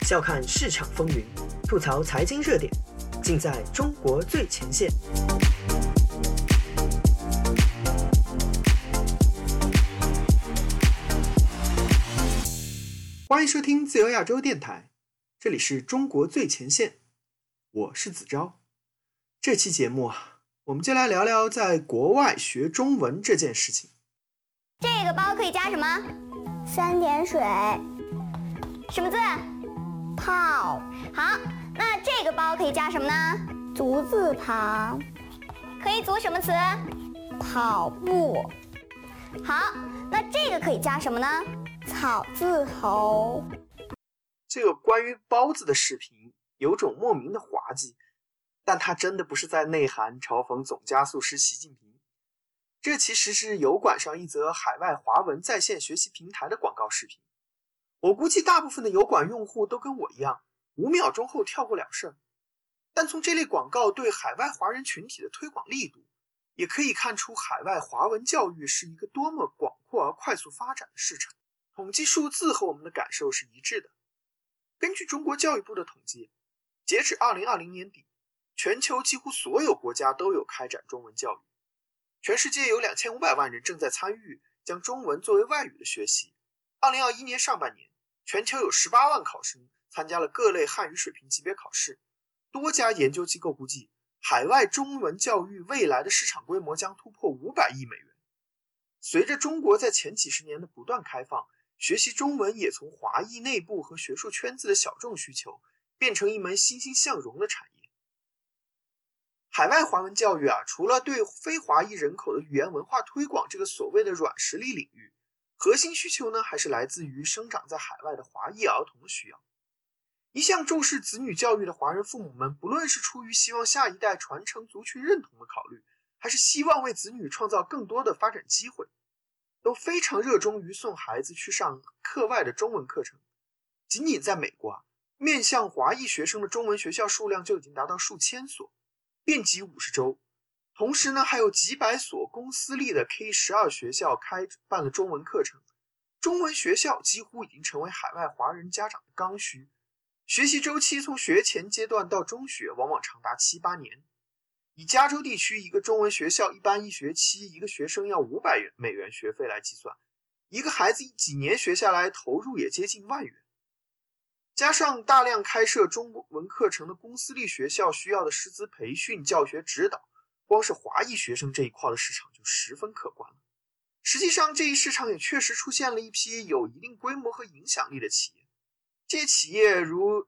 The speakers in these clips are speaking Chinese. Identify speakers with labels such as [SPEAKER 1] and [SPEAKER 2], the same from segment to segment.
[SPEAKER 1] 笑看市场风云，吐槽财经热点，尽在中国最前线。欢迎收听自由亚洲电台，这里是中国最前线，我是子昭。这期节目我们就来聊聊在国外学中文这件事情。
[SPEAKER 2] 这个包可以加什么？3点水。什么字？跑。好，那这个包可以加什么呢？足字旁。可以组什么词？跑步。好，那这个可以加什么呢？草字头。
[SPEAKER 1] 这个关于包子的视频有种莫名的滑稽，但它真的不是在内涵嘲讽总加速师习近平。这其实是油管上一则海外华文在线学习平台的广告视频。我估计大部分的油管用户都跟我一样，5秒钟后跳过了事。但从这类广告对海外华人群体的推广力度，也可以看出海外华文教育是一个多么广阔而快速发展的市场。统计数字和我们的感受是一致的。根据中国教育部的统计，截止2020年底，全球几乎所有国家都有开展中文教育。全世界有2500万人正在参与将中文作为外语的学习。2021年上半年，全球有18万考生参加了各类汉语水平级别考试。多家研究机构估计，海外中文教育未来的市场规模将突破500亿美元。随着中国在前几十年的不断开放，学习中文也从华裔内部和学术圈子的小众需求，变成一门欣欣向荣的产业。海外华文教育除了对非华裔人口的语言文化推广这个所谓的软实力领域，核心需求呢，还是来自于生长在海外的华裔儿童的需要。一向重视子女教育的华人父母们，不论是出于希望下一代传承族群认同的考虑，还是希望为子女创造更多的发展机会，都非常热衷于送孩子去上课外的中文课程。仅仅在美国面向华裔学生的中文学校数量就已经达到数千所，遍及50州。同时呢，还有几百所公私立的 K12 学校开办了中文课程。中文学校几乎已经成为海外华人家长的刚需。学习周期从学前阶段到中学往往长达7-8年。以加州地区一个中文学校一般一学期一个学生要500美元学费来计算，一个孩子几年学下来投入也接近1万元。加上大量开设中文课程的公私立学校需要的师资培训、教学指导，光是华裔学生这一块的市场就十分可观了。实际上这一市场也确实出现了一批有一定规模和影响力的企业。这些企业如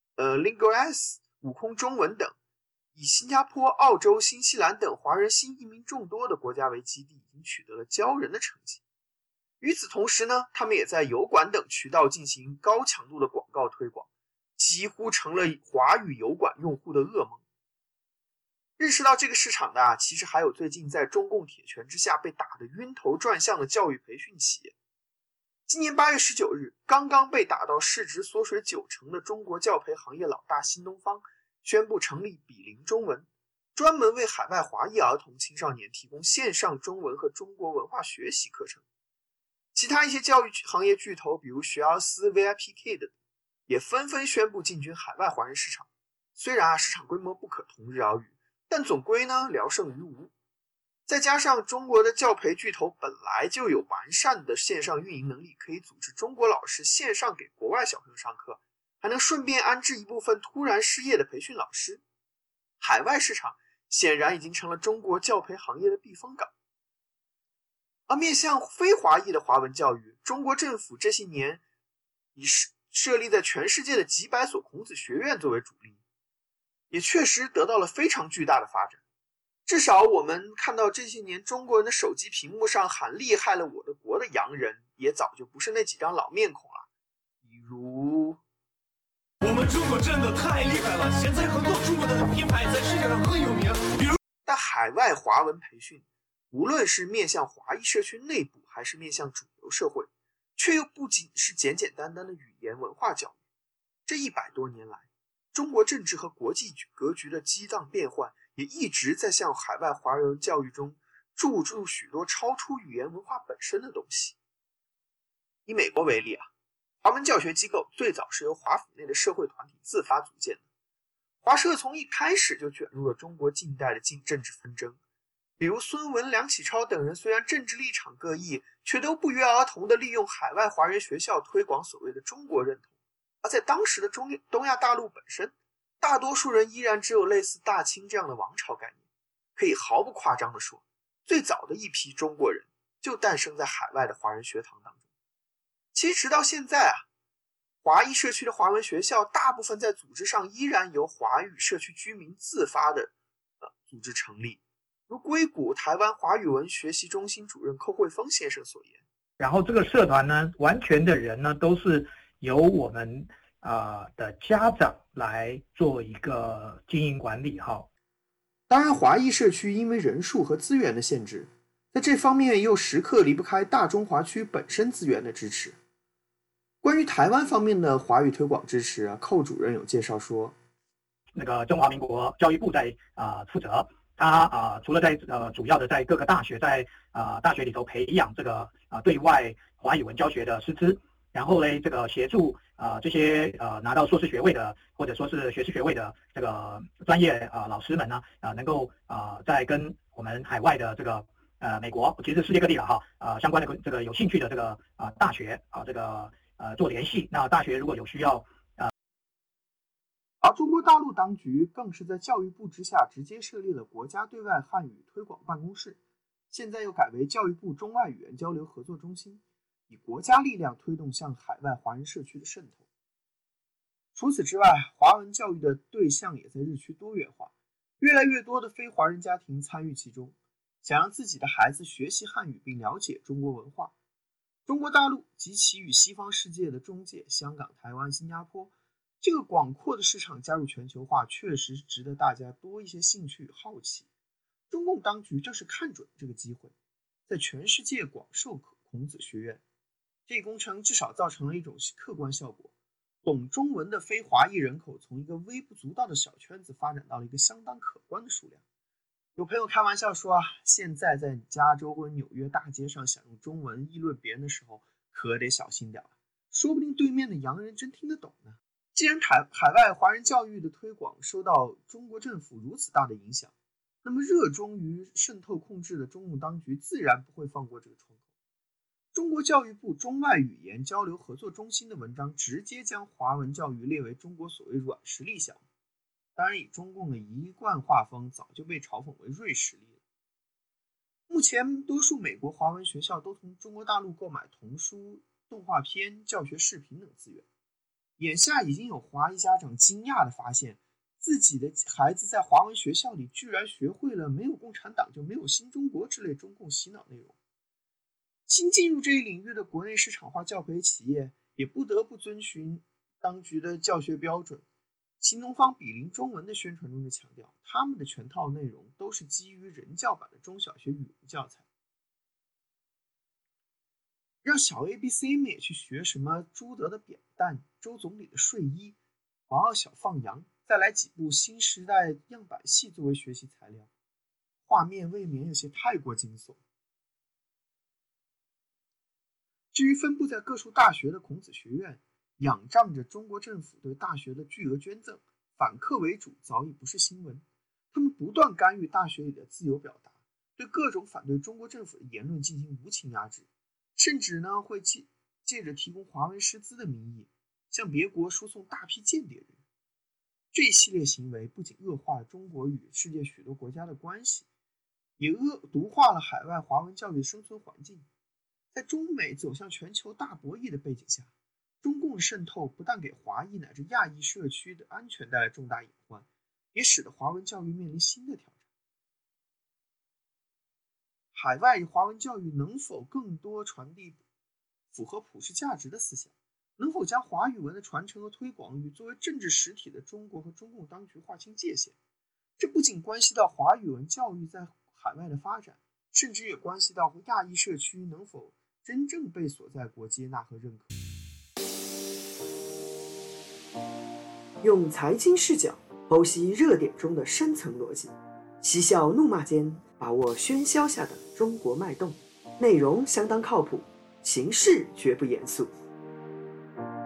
[SPEAKER 1] LingoS、悟空中文等，以新加坡、澳洲、新西兰等华人新移民众多的国家为基地，已经取得了骄人的成绩。与此同时呢，他们也在油管等渠道进行高强度的广告推广，几乎成了华语油管用户的噩梦。认识到这个市场的其实还有最近在中共铁拳之下被打得晕头转向的教育培训企业。今年8月19日，刚刚被打到市值缩水90%的中国教培行业老大新东方宣布成立比邻中文，专门为海外华裔儿童青少年提供线上中文和中国文化学习课程。其他一些教育行业巨头，比如学而思、VIPK 等，也纷纷宣布进军海外华人市场。虽然市场规模不可同日而语，但总归呢聊胜于无。再加上中国的教培巨头本来就有完善的线上运营能力，可以组织中国老师线上给国外小朋友上课，还能顺便安置一部分突然失业的培训老师。海外市场显然已经成了中国教培行业的避风港。而面向非华裔的华文教育，中国政府这些年以设立在全世界的几百所孔子学院作为主力，也确实得到了非常巨大的发展。至少我们看到这些年中国人的手机屏幕上喊厉害了我的国的洋人，也早就不是那几张老面孔了。比如
[SPEAKER 3] 我们中国真的太厉害了，现在很多中国的品牌在世界上很有名。
[SPEAKER 1] 但海外华文培训，无论是面向华裔社区内部还是面向主流社会，却又不仅是简简单单的语言文化教育。这100多年来，中国政治和国际格局的激荡变换，也一直在向海外华人教育中注入许多超出语言文化本身的东西。以美国为例华文教学机构最早是由华府内的社会团体自发组建的。华社从一开始就卷入了中国近代的政治纷争，比如孙文、梁启超等人虽然政治立场各异，却都不约而同地利用海外华人学校推广所谓的中国认同。而在当时的东亚大陆本身，大多数人依然只有类似大清这样的王朝概念。可以毫不夸张地说，最早的一批中国人就诞生在海外的华人学堂当中。其实直到现在华裔社区的华文学校大部分在组织上依然由华语社区居民自发的组织成立，如硅谷台湾华语文学习中心主任寇慧峰先生所言。
[SPEAKER 4] 然后这个社团呢，完全的人呢都是由我们的家长来做一个经营管理哈。
[SPEAKER 1] 当然，华裔社区因为人数和资源的限制，在这方面又时刻离不开大中华区本身资源的支持。关于台湾方面的华语推广支持寇主任有介绍说，
[SPEAKER 4] 那个中华民国教育部在负责，他除了在主要的在各个大学在大学里头培养这个对外华语文教学的师资，然后呢这个协助这些拿到硕士学位的或者说是学士学位的这个专业老师们呢能够在跟我们海外的这个美国其实世界各地了哈相关的这个有兴趣的这个大学这个做联系。那大学如果有需要
[SPEAKER 1] 而中国大陆当局更是在教育部之下直接设立了国家对外汉语推广办公室，现在又改为教育部中外语言交流合作中心，以国家力量推动向海外华人社区的渗透。除此之外，华文教育的对象也在日趋多元化，越来越多的非华人家庭参与其中，想让自己的孩子学习汉语并了解中国文化。中国大陆及其与西方世界的中介香港、台湾、新加坡，这个广阔的市场加入全球化确实值得大家多一些兴趣与好奇。中共当局正是看准这个机会，在全世界广授孔子学院。这一工程至少造成了一种客观效果，懂中文的非华裔人口从一个微不足道的小圈子发展到了一个相当可观的数量。有朋友开玩笑说现在在加州或纽约大街上想用中文议论别人的时候可得小心点说不定对面的洋人真听得懂呢。既然海外华人教育的推广受到中国政府如此大的影响，那么热衷于渗透控制的中共当局自然不会放过这个窗口。中国教育部中外语言交流合作中心的文章直接将华文教育列为中国所谓软实力项目，当然以中共的一贯画风早就被嘲讽为锐实力了。目前多数美国华文学校都从中国大陆购买童书、动画片、教学视频等资源，眼下已经有华裔家长惊讶地发现，自己的孩子在华文学校里居然学会了没有共产党就没有新中国之类中共洗脑内容。新进入这一领域的国内市场化教培企业也不得不遵循当局的教学标准。新东方比邻中文的宣传中就强调，他们的全套内容都是基于人教版的中小学语文教材。让小 ABC 们也去学什么朱德的扁担、周总理的睡衣、王二小放羊，再来几部新时代样板戏作为学习材料，画面未免有些太过惊悚。至于分布在各处大学的孔子学院，仰仗着中国政府对大学的巨额捐赠，反客为主早已不是新闻。他们不断干预大学里的自由表达，对各种反对中国政府的言论进行无情压制，甚至呢会借着提供华文师资的名义，向别国输送大批间谍人员。这一系列行为不仅恶化了中国与世界许多国家的关系，也毒化了海外华文教育的生存环境。在中美走向全球大博弈的背景下，中共的渗透不但给华裔乃至亚裔社区的安全带来重大隐患，也使得华文教育面临新的挑战。海外华文教育能否更多传递符合普世价值的思想？能否将华语文的传承和推广与作为政治实体的中国和中共当局划清界限？这不仅关系到华语文教育在海外的发展，甚至也关系到亚裔社区能否真正被所在国接纳和认可。用财经视角剖析热点中的深层逻辑，嬉笑怒骂间把握喧嚣下的中国脉动，内容相当靠谱，形式绝不严肃。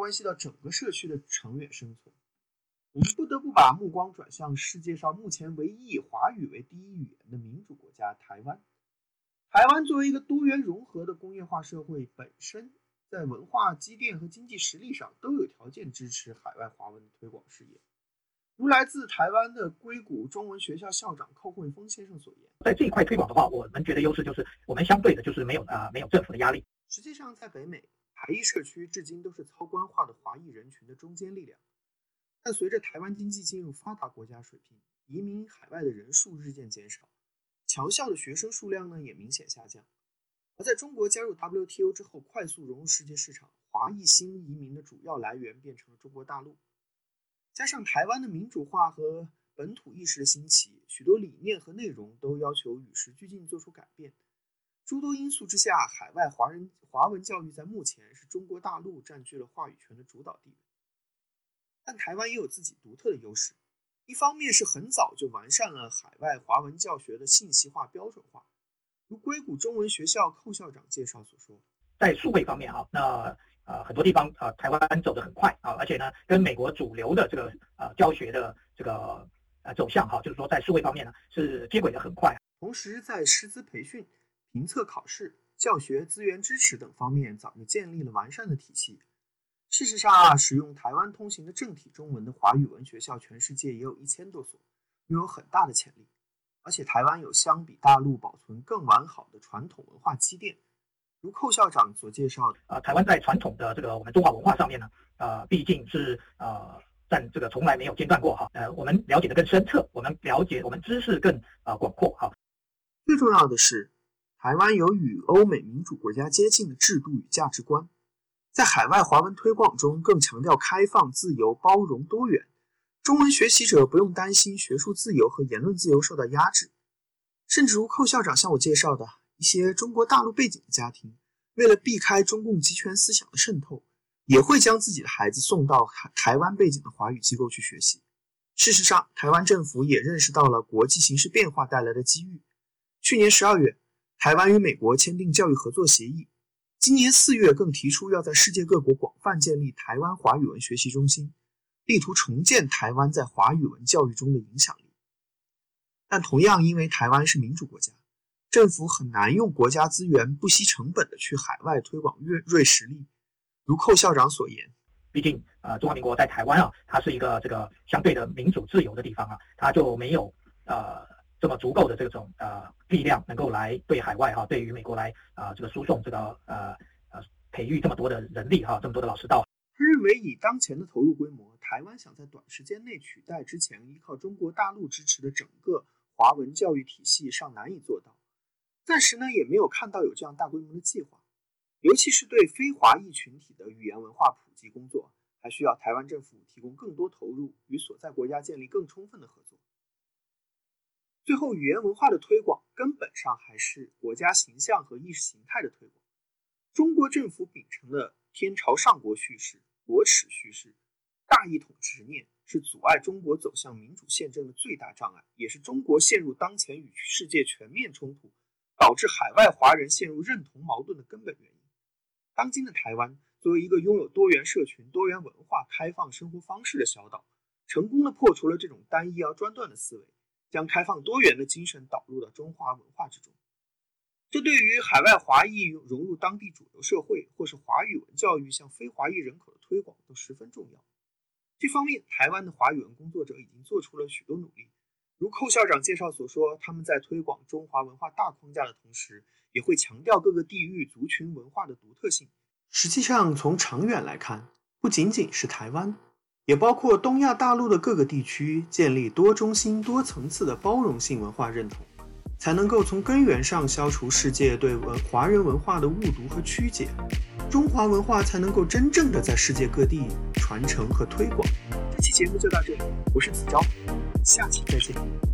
[SPEAKER 1] 关系到整个社区的长远生存。我们不得不把目光转向世界上目前唯一以华语为第一语言的民主国家台湾。台湾作为一个多元融合的工业化社会，本身在文化、积淀和经济实力上都有条件支持海外华文的推广事业。如来自台湾的硅谷中文学校校长寇惠峰先生所言，
[SPEAKER 4] 在这一块推广的话，我们觉得优势就是我们相对的就是没有政府的压力。
[SPEAKER 1] 实际上，在北美，台裔社区至今都是操官化的华裔人群的中坚力量。但随着台湾经济进入发达国家水平，移民海外的人数日渐减少，侨校的学生数量呢也明显下降。而在中国加入 WTO 之后，快速融入世界市场，华裔新移民的主要来源变成了中国大陆。加上台湾的民主化和本土意识的兴起，许多理念和内容都要求与时俱进做出改变。诸多因素之下，海外华文教育在目前是中国大陆占据了话语权的主导地位。但台湾也有自己独特的优势，一方面是很早就完善了海外华文教学的信息化标准化，如硅谷中文学校寇校长介绍所说，
[SPEAKER 4] 在数位方面很多地方台湾走得很快而且呢，跟美国主流的这个教学的这个走向就是说在数位方面呢是接轨得很快。
[SPEAKER 1] 同时在师资培训、评测考试、教学资源支持等方面早就建立了完善的体系。事实上使用台湾通行的正体中文的华语文学校，全世界也有1000多所，拥有很大的潜力。而且台湾有相比大陆保存更完好的传统文化积淀。如寇校长所介绍的，
[SPEAKER 4] 台湾在传统的这个我们中华文化上面呢，毕竟是但这个从来没有间断过我们了解的更深刻，我们知识更广阔
[SPEAKER 1] 最重要的是，台湾有与欧美民主国家接近的制度与价值观，在海外华文推广中更强调开放、自由、包容、多元。中文学习者不用担心学术自由和言论自由受到压制。甚至如寇校长向我介绍的，一些中国大陆背景的家庭，为了避开中共集权思想的渗透，也会将自己的孩子送到台湾背景的华语机构去学习。事实上，台湾政府也认识到了国际形势变化带来的机遇。去年12月，台湾与美国签订教育合作协议，今年4月更提出要在世界各国广泛建立台湾华语文学习中心，力图重建台湾在华语文教育中的影响力。但同样因为台湾是民主国家，政府很难用国家资源不惜成本的去海外推广锐实力。如寇校长所言，
[SPEAKER 4] 毕竟中华民国在台湾它是一个这个相对的民主自由的地方它就没有这么足够的这种力量能够来对海外对于美国来这个输送这个培育这么多的人力这么多的老师到。
[SPEAKER 1] 他认为以当前的投入规模，台湾想在短时间内取代之前依靠中国大陆支持的整个华文教育体系尚难以做到。暂时呢也没有看到有这样大规模的计划，尤其是对非华裔群体的语言文化普及工作，还需要台湾政府提供更多投入，与所在国家建立更充分的合作。最后，语言文化的推广根本上还是国家形象和意识形态的推广。中国政府秉承了天朝上国叙事、国耻叙事、大一统执念，是阻碍中国走向民主宪政的最大障碍，也是中国陷入当前与世界全面冲突，导致海外华人陷入认同矛盾的根本原因。当今的台湾作为一个拥有多元社群、多元文化、开放生活方式的小岛，成功地破除了这种单一而专断的思维，将开放多元的精神导入到中华文化之中。这对于海外华裔融入当地主流社会，或是华语文教育向非华裔人口的推广都十分重要。这方面，台湾的华语文工作者已经做出了许多努力。如寇校长介绍所说，他们在推广中华文化大框架的同时，也会强调各个地域族群文化的独特性。实际上，从长远来看，不仅仅是台湾，也包括东亚大陆的各个地区，建立多中心、多层次的包容性文化认同，才能够从根源上消除世界对华人文化的误读和曲解，中华文化才能够真正的在世界各地传承和推广。这期节目就到这里，我是子昭，下期再见。